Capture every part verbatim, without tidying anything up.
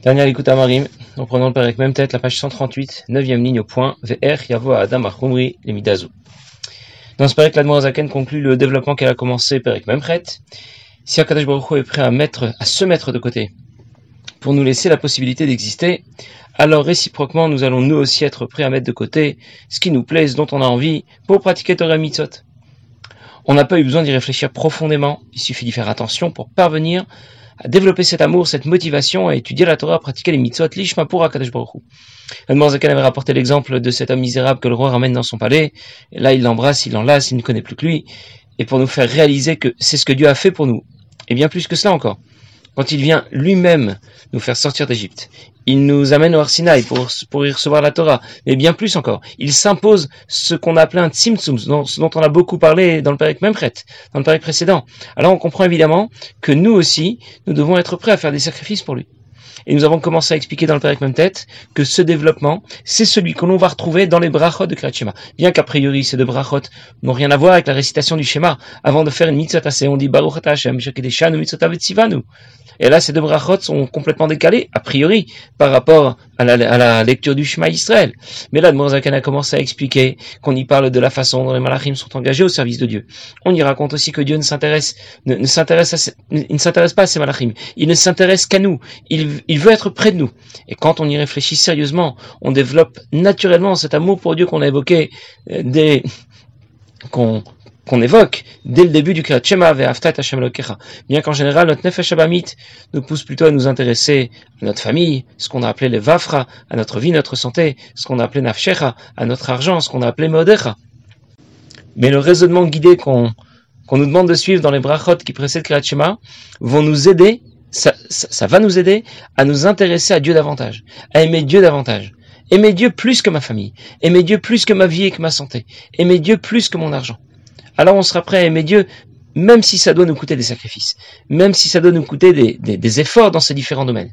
Dernière écoute à Marim, en prenant le Perek même tête, la page cent trente-huit, neuvième ligne au point, V'er yavo Adam achumri les midazo. Dans ce Perek, l'Admor Zaken conclut le développement qu'elle a commencé, Perek même prête. Si Akadosh Baruch Hu est prêt à mettre, à se mettre de côté, pour nous laisser la possibilité d'exister, alors réciproquement, nous allons nous aussi être prêts à mettre de côté ce qui nous plaît, ce dont on a envie, pour pratiquer Torah Mitzvot. On n'a pas eu besoin d'y réfléchir profondément, il suffit d'y faire attention pour parvenir à développer cet amour, cette motivation, à étudier la Torah, à pratiquer les mitzvot, l'ishma pour Akadosh Baruch Hu. L'Admor Zaken avait rapporté l'exemple de cet homme misérable que le roi ramène dans son palais, et là il l'embrasse, il l'enlace, il ne connaît plus que lui, et pour nous faire réaliser que c'est ce que Dieu a fait pour nous, et bien plus que cela encore. Quand il vient lui-même nous faire sortir d'Égypte, il nous amène au Har Sinaï pour, pour y recevoir la Torah, mais bien plus encore, il s'impose ce qu'on a appelé un tzimtzum, dont, dont on a beaucoup parlé dans le Perek Memchet, dans le Perek précédent. Alors on comprend évidemment que nous aussi, nous devons être prêts à faire des sacrifices pour lui. Et nous avons commencé à expliquer dans le Perek même tête que ce développement, c'est celui que l'on va retrouver dans les brachot de Kriyat Shema. Bien qu'a priori, ces deux brachot n'ont rien à voir avec la récitation du schéma. Avant de faire une mitzvot assez, on dit Baruch Ata Hashem, Shekedeshanu mitzvotav v'tzivanu. Et là, ces deux brachot sont complètement décalés, a priori, par rapport à la, à la lecture du Shema Israël. Mais là, l'Admor Zaken a commencé à expliquer qu'on y parle de la façon dont les malachim sont engagés au service de Dieu. On y raconte aussi que Dieu ne s'intéresse, ne, ne s'intéresse à ces, il ne s'intéresse pas à ces malachim. Il ne s'intéresse qu'à nous. Il, il veut être près de nous. Et quand on y réfléchit sérieusement, on développe naturellement cet amour pour Dieu qu'on a évoqué euh, dès, qu'on, qu'on évoque dès le début du Kriyat Shema ve'afta et Hashem Elokecha. Bien qu'en général, notre Nefesh Abamit nous pousse plutôt à nous intéresser à notre famille, ce qu'on a appelé les Vafra, à notre vie, notre santé, ce qu'on a appelé Nafshecha, à notre argent, ce qu'on a appelé Modecha. Mais le raisonnement guidé qu'on, qu'on nous demande de suivre dans les brachot qui précèdent Kriyat Shema vont nous aider, ça, ça, ça va nous aider à nous intéresser à Dieu davantage, à aimer Dieu davantage. Aimer Dieu plus que ma famille, aimer Dieu plus que ma vie et que ma santé, aimer Dieu plus que mon argent. Alors on sera prêt à aimer Dieu, même si ça doit nous coûter des sacrifices, même si ça doit nous coûter des, des, des efforts dans ces différents domaines.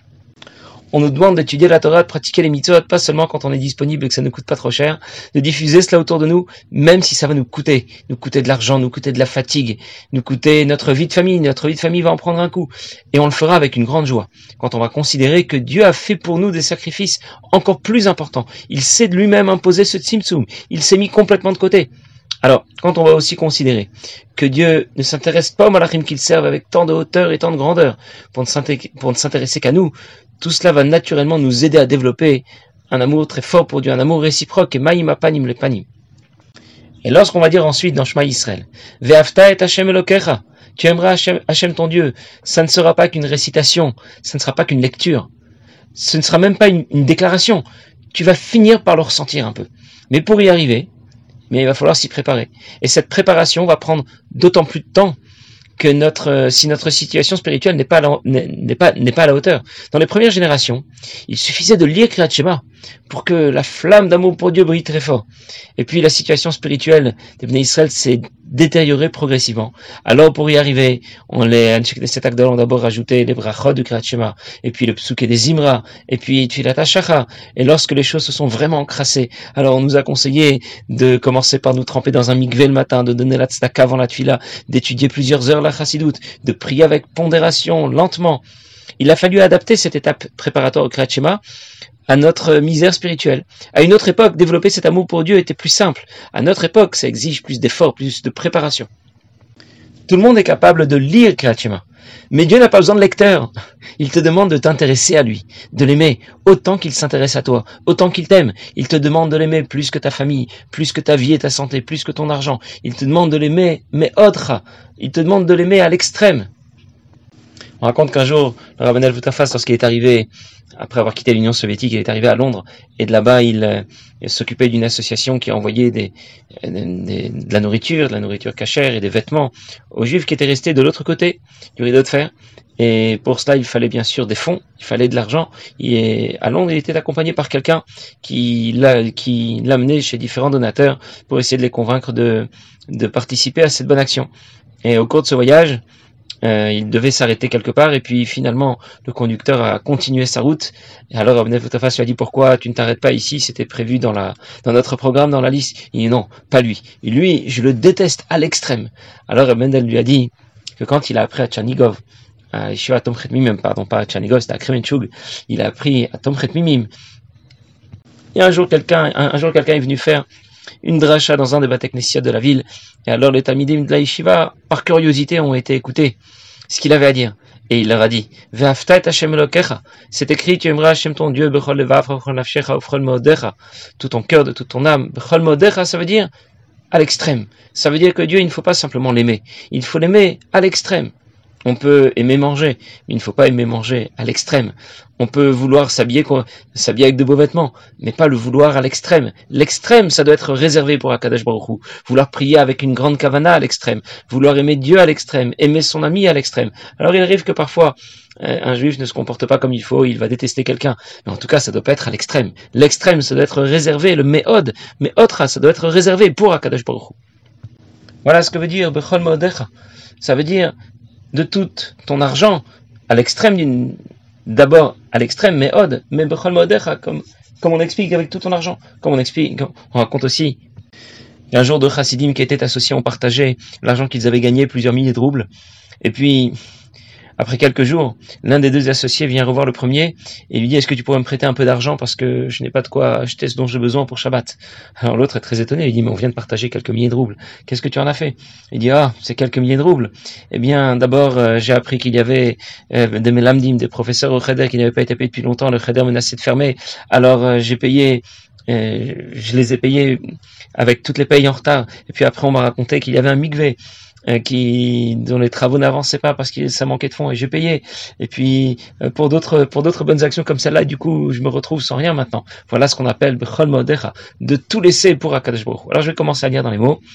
On nous demande d'étudier la Torah, de pratiquer les mitzvot, pas seulement quand on est disponible et que ça ne coûte pas trop cher, de diffuser cela autour de nous, même si ça va nous coûter, nous coûter de l'argent, nous coûter de la fatigue, nous coûter notre vie de famille, notre vie de famille va en prendre un coup. Et on le fera avec une grande joie, quand on va considérer que Dieu a fait pour nous des sacrifices encore plus importants. Il s'est de lui-même imposé ce tzimtzum, il s'est mis complètement de côté. Alors, quand on va aussi considérer que Dieu ne s'intéresse pas aux malachim qu'il serve avec tant de hauteur et tant de grandeur pour ne s'intéresser, pour ne s'intéresser qu'à nous, tout cela va naturellement nous aider à développer un amour très fort pour Dieu, un amour réciproque, et ma'im apanim le panim. Et lorsqu'on va dire ensuite dans Shema Israël, Ve'afta et Hashem Elokecha, tu aimeras Hashem, Hashem ton Dieu, ça ne sera pas qu'une récitation, ça ne sera pas qu'une lecture, ce ne sera même pas une, une déclaration, tu vas finir par le ressentir un peu. Mais pour y arriver, mais il va falloir s'y préparer. Et cette préparation va prendre d'autant plus de temps que notre, si notre situation spirituelle n'est pas, la, n'est pas, n'est pas à la hauteur. Dans les premières générations, il suffisait de lire Kriyat Shema pour que la flamme d'amour pour Dieu brille très fort. Et puis la situation spirituelle des Bnei Israël s'est détériorée progressivement. Alors pour y arriver, on les, cet acte ont d'abord rajouté les brachot du Kriyat Shema, et puis le psuké des Zimra, et puis Tfilat HaShachar. Et lorsque les choses se sont vraiment encrassées, alors on nous a conseillé de commencer par nous tremper dans un mikvé le matin, de donner la tzedaka avant la tfila, d'étudier plusieurs heures la chassidoute, de prier avec pondération, lentement. Il a fallu adapter cette étape préparatoire au Kriyat Shema à notre misère spirituelle. À une autre époque, développer cet amour pour Dieu était plus simple. À notre époque, ça exige plus d'efforts, plus de préparation. Tout le monde est capable de lire Kriyat Shema. Mais Dieu n'a pas besoin de lecteur. Il te demande de t'intéresser à lui, de l'aimer autant qu'il s'intéresse à toi, autant qu'il t'aime. Il te demande de l'aimer plus que ta famille, plus que ta vie et ta santé, plus que ton argent. Il te demande de l'aimer, mais autre. Il te demande de l'aimer à l'extrême. On raconte qu'un jour, le Rabban Voutafas, lorsqu'il est arrivé, après avoir quitté l'Union soviétique, il est arrivé à Londres, et de là-bas, il, euh, il s'occupait d'une association qui envoyait des, des, de la nourriture, de la nourriture cachère et des vêtements aux Juifs qui étaient restés de l'autre côté du rideau de fer. Et pour cela, il fallait bien sûr des fonds, il fallait de l'argent. Et à Londres, il était accompagné par quelqu'un qui l'a, qui l'amenait chez différents donateurs pour essayer de les convaincre de, de participer à cette bonne action. Et au cours de ce voyage, Euh, il devait s'arrêter quelque part et puis finalement le conducteur a continué sa route. Et alors Abnel Voutafas lui a dit pourquoi tu ne t'arrêtes pas ici, c'était prévu dans la dans notre programme, dans la liste. Il dit non, pas lui. Et lui, je le déteste à l'extrême. Alors Abnel lui a dit que quand il a appris à Tchernigov à Yeshiva Tomchet Mimim, pardon, pas à Tchanigov, c'était à Kremenchug, il a appris à Tomchet Mimim. Et un jour, quelqu'un, un, un jour, quelqu'un est venu faire une dracha dans un des Bate Knesset de la ville, et alors les Talmidim de la Yeshiva, par curiosité, ont été écoutés ce qu'il avait à dire. Et il leur a dit, Ve'afta et Hashem Elokecha, c'est écrit, tu aimeras Hashem ton Dieu, Bechol Levavcha, Bechol Nafshecha, Bechol Modecha, tout ton cœur, de toute ton âme. Bechol Modecha, ça veut dire à l'extrême. Ça veut dire que Dieu, il ne faut pas simplement l'aimer. Il faut l'aimer à l'extrême. On peut aimer manger, mais il ne faut pas aimer manger à l'extrême. On peut vouloir s'habiller, s'habiller avec de beaux vêtements, mais pas le vouloir à l'extrême. L'extrême, ça doit être réservé pour Akadosh Baruch Hu. Vouloir prier avec une grande kavana à l'extrême. Vouloir aimer Dieu à l'extrême. Aimer son ami à l'extrême. Alors il arrive que parfois, un juif ne se comporte pas comme il faut, il va détester quelqu'un. Mais en tout cas, ça doit pas être à l'extrême. L'extrême, ça doit être réservé. Le méhod, méhotra, ça doit être réservé pour Akadosh Baruch Hu. Voilà ce que veut dire Bechol Modecha. Ça veut dire de tout ton argent, à l'extrême d'une, d'abord à l'extrême, mais od, mais bechol modecha, comme, comme on explique avec tout ton argent, comme on explique, comme on raconte aussi. Il y a un jour de chassidim qui étaient associés, ont partagé l'argent qu'ils avaient gagné, plusieurs milliers de roubles, et puis, après quelques jours, l'un des deux associés vient revoir le premier et lui dit « Est-ce que tu pourrais me prêter un peu d'argent parce que je n'ai pas de quoi acheter ce dont j'ai besoin pour Shabbat ?» Alors l'autre est très étonné, il dit « Mais on vient de partager quelques milliers de roubles. Qu'est-ce que tu en as fait ?» Il dit « Ah, c'est quelques milliers de roubles. Eh bien, d'abord, euh, j'ai appris qu'il y avait euh, des melamdim, des professeurs au Cheder qui n'avaient pas été payés depuis longtemps. Le Cheder menaçait de fermer. Alors euh, j'ai payé... Euh, je les ai payés avec toutes les payes en retard. Et puis après, on m'a raconté qu'il y avait un mikvé euh, qui dont les travaux n'avançaient pas parce que ça manquait de fonds et j'ai payé. Et puis euh, pour d'autres pour d'autres bonnes actions comme celle-là, du coup, je me retrouve sans rien maintenant. Voilà ce qu'on appelle bechol modecha, de tout laisser pour Akadosh Baruch Hu. Alors je vais commencer à lire dans les mots.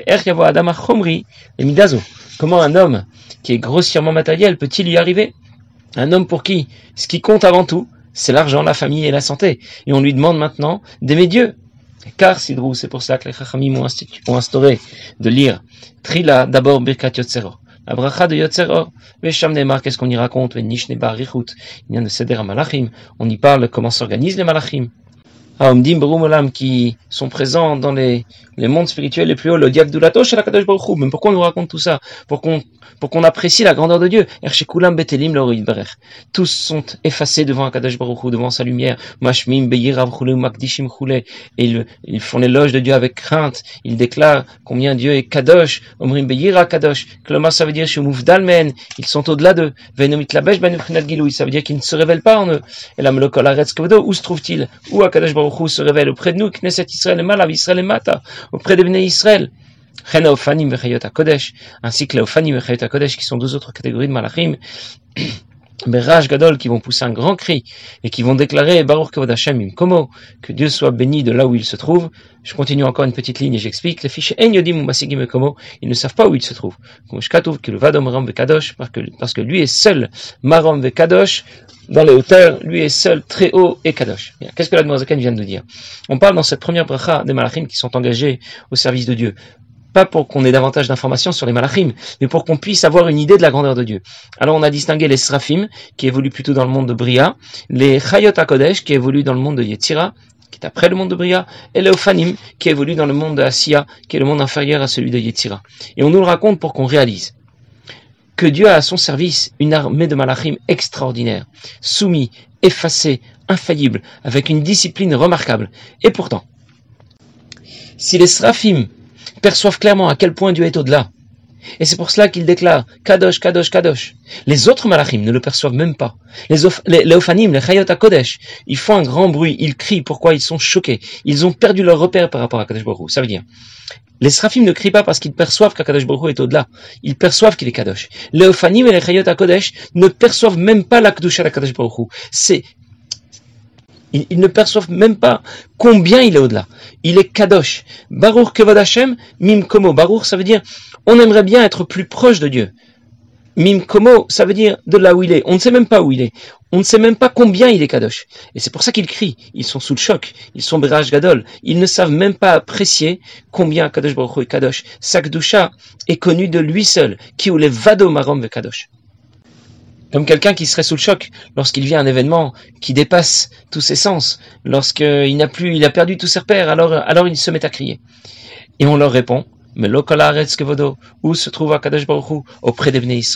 Comment un homme qui est grossièrement matériel peut-il y arriver? Un homme pour qui ce qui compte avant tout, c'est l'argent, la famille et la santé. Et on lui demande maintenant d'aimer Dieu. Car, Sidrou, c'est pour ça que les Chachamim ont, ont instauré de lire Trila, d'abord Birkat Yotzeror. La bracha de Yotzeror. Vesham Neymar, qu'est-ce qu'on y raconte? Venish Neba Richut. Il y a de Seder Malachim. On y parle comment s'organisent les Malachim. Haomdim Berum Olam, qui sont présents dans les, les mondes spirituels les plus hauts, le Diagdulato chez la Kadosh Baruch Hu. Mais pourquoi on nous raconte tout ça? Pour qu'on, pour qu'on apprécie la grandeur de Dieu. Ershekulam Betelim Lorid Berech. Tous sont effacés devant Kadosh Baruch Hu, devant sa lumière. Mashmim Beyirav Chule Makdishim Chule. Et ils, ils font l'éloge de Dieu avec crainte. Ils déclarent combien Dieu est Kadosh. Omrim Beyira Kadosh. Kloma, ça veut dire Shumufdalmen. Ils sont au-delà d'eux. Venomit Labesh Ben Uprinat Giloui. Ça veut dire qu'ils ne se révèlent pas en eux. Et la Melokol Aretz Kvodo, où se trouve-t-il? Où Kadosh Baruch Hu se révèle auprès de nous, Knesset Israël et Malav Israël et Mata, auprès des Bnei Israël, Chena Ofanim Vechayot HaKodesh, ainsi que les Ofanim Vechayot HaKodesh, qui sont deux autres catégories de Malachim, Beraj Gadol, qui vont pousser un grand cri, et qui vont déclarer Baruch Kavod Hashem Imkomo, que Dieu soit béni de là où il se trouve. Je continue encore une petite ligne et j'explique. Les fiches En Yodim ou Masigim Imkomo, ils ne savent pas où il se trouve. Comme Shkatouv, que le Vadom Maram Vekadosh, parce que, parce que lui est seul Maram Vekadosh, dans les hauteurs, lui est seul très haut et Kadosh. Bien. Qu'est-ce que la Admorazaken vient de nous dire? On parle dans cette première bracha des Malachim qui sont engagés au service de Dieu. Pas pour qu'on ait davantage d'informations sur les Malachim, mais pour qu'on puisse avoir une idée de la grandeur de Dieu. Alors on a distingué les Srafim, qui évoluent plutôt dans le monde de Bria, les Chayot HaKodesh, qui évoluent dans le monde de Yetzira, qui est après le monde de Bria, et les Ophanim, qui évoluent dans le monde de Asiya, qui est le monde inférieur à celui de Yetzira. Et on nous le raconte pour qu'on réalise que Dieu a à son service une armée de Malachim extraordinaire, soumis, effacés, infaillibles, avec une discipline remarquable. Et pourtant, si les Srafim perçoivent clairement à quel point Dieu est au-delà, et c'est pour cela qu'ils déclarent Kadosh, Kadosh, Kadosh, les autres Malachim ne le perçoivent même pas. Les, of, les, les Ophanim, les Chayot HaKodesh, ils font un grand bruit, ils crient, pourquoi? Ils sont choqués. Ils ont perdu leur repère par rapport à Kadosh Baruch Hu. Ça veut dire, les Srafim ne crient pas parce qu'ils perçoivent qu'Akadosh Baruch Hu est au-delà. Ils perçoivent qu'il est Kadosh. Les Ophanim et les Chayot HaKodesh ne perçoivent même pas la Kedusha d'Akadosh Baruch Hu. C'est, ils, ils ne perçoivent même pas combien il est au-delà. Il est Kadosh. Baruch Kevod Hashem, Mim Komo. Baruch, ça veut dire, on aimerait bien être plus proche de Dieu. Mim Komo, ça veut dire de là où il est. On ne sait même pas où il est. On ne sait même pas combien il est Kadosh. Et c'est pour ça qu'ils crient. Ils sont sous le choc. Ils sont Beraj Gadol. Ils ne savent même pas apprécier combien Kadosh Baruch Hu est Kadosh. Sa Kedusha est connue de lui seul. Qui ou les Vado Marom ve Kadosh. Comme quelqu'un qui serait sous le choc lorsqu'il vit un événement qui dépasse tous ses sens. Lorsqu'il n'a plus, il a perdu tous ses repères. Alors, alors il se met à crier. Et on leur répond, mais l'okol haaretz kevodo, où se trouve Akadosh Baruch Hu? Auprès des Bnei Israël.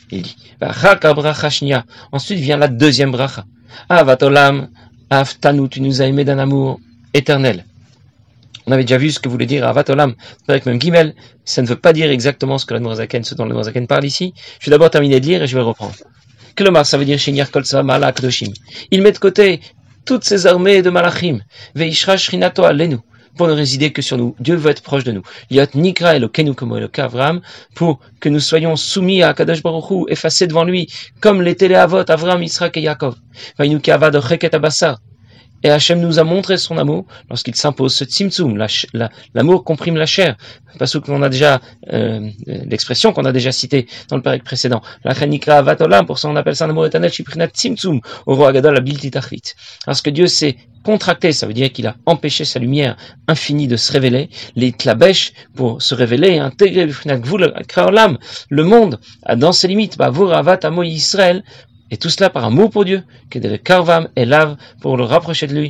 il dit. Ensuite vient la deuxième bracha. Avat olam, aftanu, tu nous as aimés d'un amour éternel. On avait déjà vu ce que voulait dire Avat olam, avec même Gimel. Ça ne veut pas dire exactement ce que l'Admor Zaken, ce dont l'Admor Zaken parle ici. Je vais d'abord terminer de lire et je vais reprendre. Klomar, ça veut dire Shinir Kolsa Malak Doshim. Il met de côté toutes ces armées de Malachim. Veishra Shrinato Alenu. Pour ne résider que sur nous. Dieu veut être proche de nous. Liot Nikra Elokenu comme Eloka Avram, pour que nous soyons soumis à Kadosh Baruch Hu, effacés devant lui, comme l'étaient les Avot, Avram, Yitzhak et Yaakov. Vainu Kavad Ocheket Abassa. Et Hachem nous a montré son amour lorsqu'il s'impose ce tzimtzum, la, la, l'amour comprime la chair. Parce qu'on a déjà, euh, l'expression qu'on a déjà citée dans le pérec précédent. La chanikra avatolam, pour ça on appelle ça un amour éternel, shiprinat tzimtzum, oro agadol abilti tachlit. Parce que Dieu s'est contracté, ça veut dire qu'il a empêché sa lumière infinie de se révéler, les tlabesh, pour se révéler et intégrer le monde dans ses limites, bah, vur avat amo Yisrael, et tout cela par amour pour Dieu, que de le karvam et lave pour le rapprocher de lui,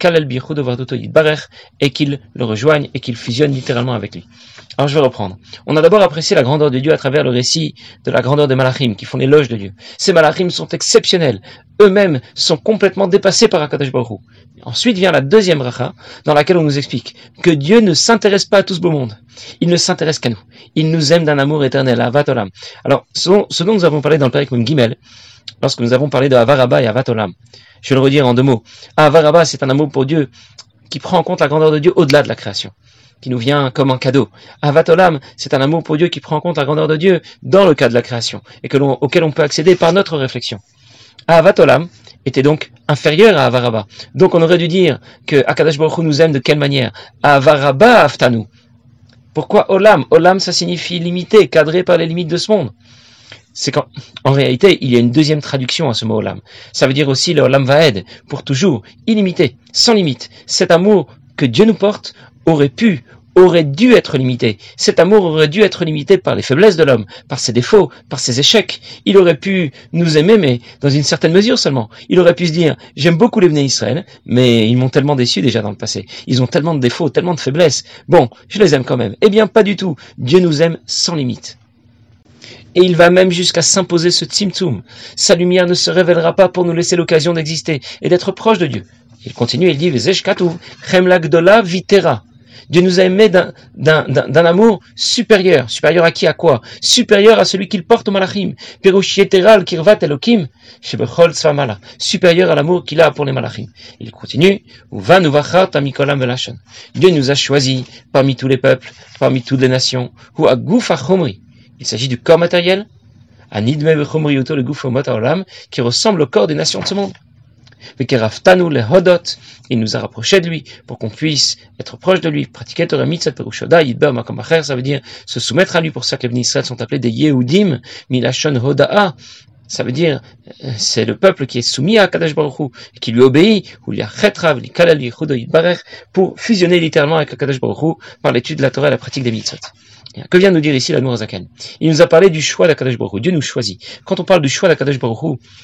et qu'il le rejoigne et qu'il fusionne littéralement avec lui. Alors je vais reprendre. On a d'abord apprécié la grandeur de Dieu à travers le récit de la grandeur des malachim qui font l'éloge de Dieu. Ces malachim sont exceptionnels. Eux-mêmes sont complètement dépassés par HaKadosh Baruch Hu. Ensuite vient la deuxième bracha dans laquelle on nous explique que Dieu ne s'intéresse pas à tout ce beau monde. Il ne s'intéresse qu'à nous. Il nous aime d'un amour éternel, Avat Olam. Alors ce dont, ce dont nous avons parlé dans le Pérek Mem Gimel, lorsque nous avons parlé de Avar Rabba et Avat Olam. Je vais le redire en deux mots. Avar Rabba, c'est un amour pour Dieu qui prend en compte la grandeur de Dieu au-delà de la création, qui nous vient comme un cadeau. Avat Olam, c'est un amour pour Dieu qui prend en compte la grandeur de Dieu dans le cas de la création et que l'on, auquel on peut accéder par notre réflexion. Avat Olam était donc inférieur à Avar Rabba. Donc on aurait dû dire que HaKadosh Baruch Hu nous aime de quelle manière? Avar Rabba aftanu. Pourquoi Olam? Olam, ça signifie limité, cadré par les limites de ce monde. C'est qu'en en réalité, il y a une deuxième traduction à ce mot Olam. Ça veut dire aussi le Olam Vaed, pour toujours, illimité, sans limite. Cet amour que Dieu nous porte aurait pu, aurait dû être limité. Cet amour aurait dû être limité par les faiblesses de l'homme, par ses défauts, par ses échecs. Il aurait pu nous aimer, mais dans une certaine mesure seulement. Il aurait pu se dire, j'aime beaucoup les Bnei Israël, mais ils m'ont tellement déçu déjà dans le passé. Ils ont tellement de défauts, tellement de faiblesses. Bon, je les aime quand même. Eh bien, pas du tout. Dieu nous aime sans limite. Et il va même jusqu'à s'imposer ce tzimtzum. Sa lumière ne se révélera pas pour nous laisser l'occasion d'exister et d'être proche de Dieu. Il continue, il dit, Vezesh katuv, chem gdola vitera. Dieu nous a aimés d'un, d'un, d'un, d'un amour supérieur. Supérieur à qui, à quoi? Supérieur à celui qu'il porte au malachim. Perush yeteral kirvat elokim, shebechol tzvamala. Supérieur à l'amour qu'il a pour les malachim. Il continue, uva nuvachat amikolam velashon. Dieu nous a choisis parmi tous les peuples, parmi toutes les nations, ou aguf achomri. Il s'agit du corps matériel, Anidme v'chomriyuto le guf mot haolam, qui ressemble au corps des nations de ce monde. V'keraftanu le hodot, il nous a rapprochés de lui pour qu'on puisse être proche de lui, pratiquer Torah mitzvot perushoda yidber makom acher, ça veut dire se soumettre à lui. Pour ça que les Bnei Israël sont appelés des Yehudim milashon hodaa. Ça veut dire, c'est le peuple qui est soumis à Kadosh Baruch Hu, et qui lui obéit, ou li achetrav li kalal yichudo yidbarech, pour fusionner littéralement avec Kadosh Baruch Hu par l'étude de la Torah et la pratique des mitzvot. Que vient nous dire ici l'Admor Zaken? Il nous a parlé du choix d'Akadosh Baruch Hu. Dieu nous choisit. Quand on parle du choix d'Akadosh Baruch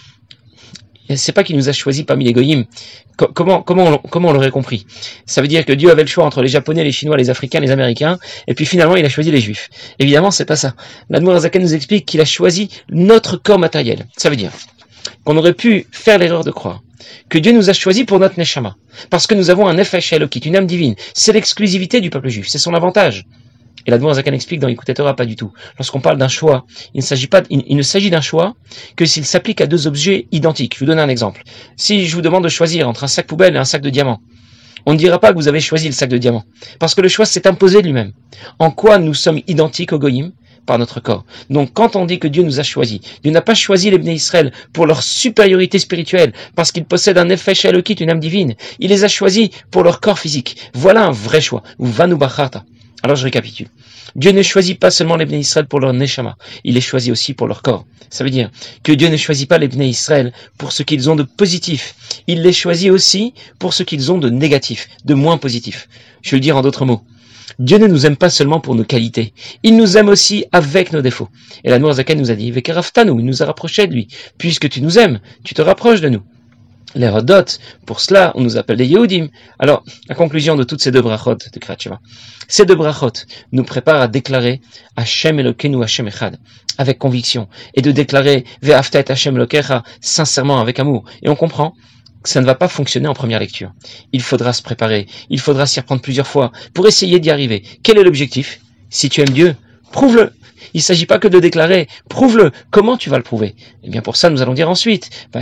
Hu, c'est pas qu'il nous a choisis parmi les goyim. Comment, comment, on, comment on l'aurait compris? Ça veut dire que Dieu avait le choix entre les Japonais, les Chinois, les Africains, les Américains, et puis finalement il a choisi les Juifs. Évidemment, c'est pas ça. L'Admor Zaken nous explique qu'il a choisi notre corps matériel. Ça veut dire qu'on aurait pu faire l'erreur de croire que Dieu nous a choisis pour notre neshama, parce que nous avons un nefesh elokit, une âme divine. C'est l'exclusivité du peuple juif, c'est son avantage. Et l'Admor Zaken explique dans Écoutez Torah, pas du tout. Lorsqu'on parle d'un choix, il ne s'agit pas, il, il ne s'agit d'un choix que s'il s'applique à deux objets identiques. Je vais vous donner un exemple. Si je vous demande de choisir entre un sac poubelle et un sac de diamants, on ne dira pas que vous avez choisi le sac de diamants, parce que le choix s'est imposé de lui-même. En quoi nous sommes identiques au goyim? Par notre corps. Donc quand on dit que Dieu nous a choisis, Dieu n'a pas choisi les Bnei Israël pour leur supériorité spirituelle, parce qu'ils possèdent un nefesh elokit, une âme divine. Il les a choisis pour leur corps physique. Voilà un vrai choix. Ou vanu bacharta. Alors je récapitule. Dieu ne choisit pas seulement les Bnei Israël pour leur neshama, il les choisit aussi pour leur corps. Ça veut dire que Dieu ne choisit pas les Bnei Israël pour ce qu'ils ont de positif, il les choisit aussi pour ce qu'ils ont de négatif, de moins positif. Je vais le dire en d'autres mots. Dieu ne nous aime pas seulement pour nos qualités, il nous aime aussi avec nos défauts. Et l'Admor Zaken nous a dit, Vekeraftanu, il nous a rapprochés de lui. Puisque tu nous aimes, tu te rapproches de nous. les Hodot, pour cela, on nous appelle les Yehudim. Alors, la conclusion de toutes ces deux brachot de Kriyat Shema. Ces deux brachot nous préparent à déclarer Hashem Elokeinu Hashem Echad, avec conviction, et de déclarer Ve'afta et Hashem Elokecha, sincèrement, avec amour. Et on comprend que ça ne va pas fonctionner en première lecture. Il faudra se préparer, il faudra s'y reprendre plusieurs fois pour essayer d'y arriver. Quel est l'objectif? Si tu aimes Dieu, prouve-le. Il ne s'agit pas que de déclarer, prouve-le. Comment tu vas le prouver? Eh bien, pour ça, nous allons dire ensuite, et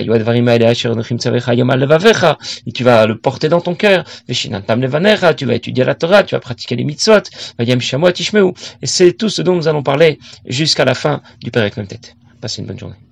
tu vas le porter dans ton cœur, tu vas étudier la Torah, tu vas pratiquer les mitzvot, et c'est tout ce dont nous allons parler jusqu'à la fin du Perek Mem Tet. Passez une bonne journée.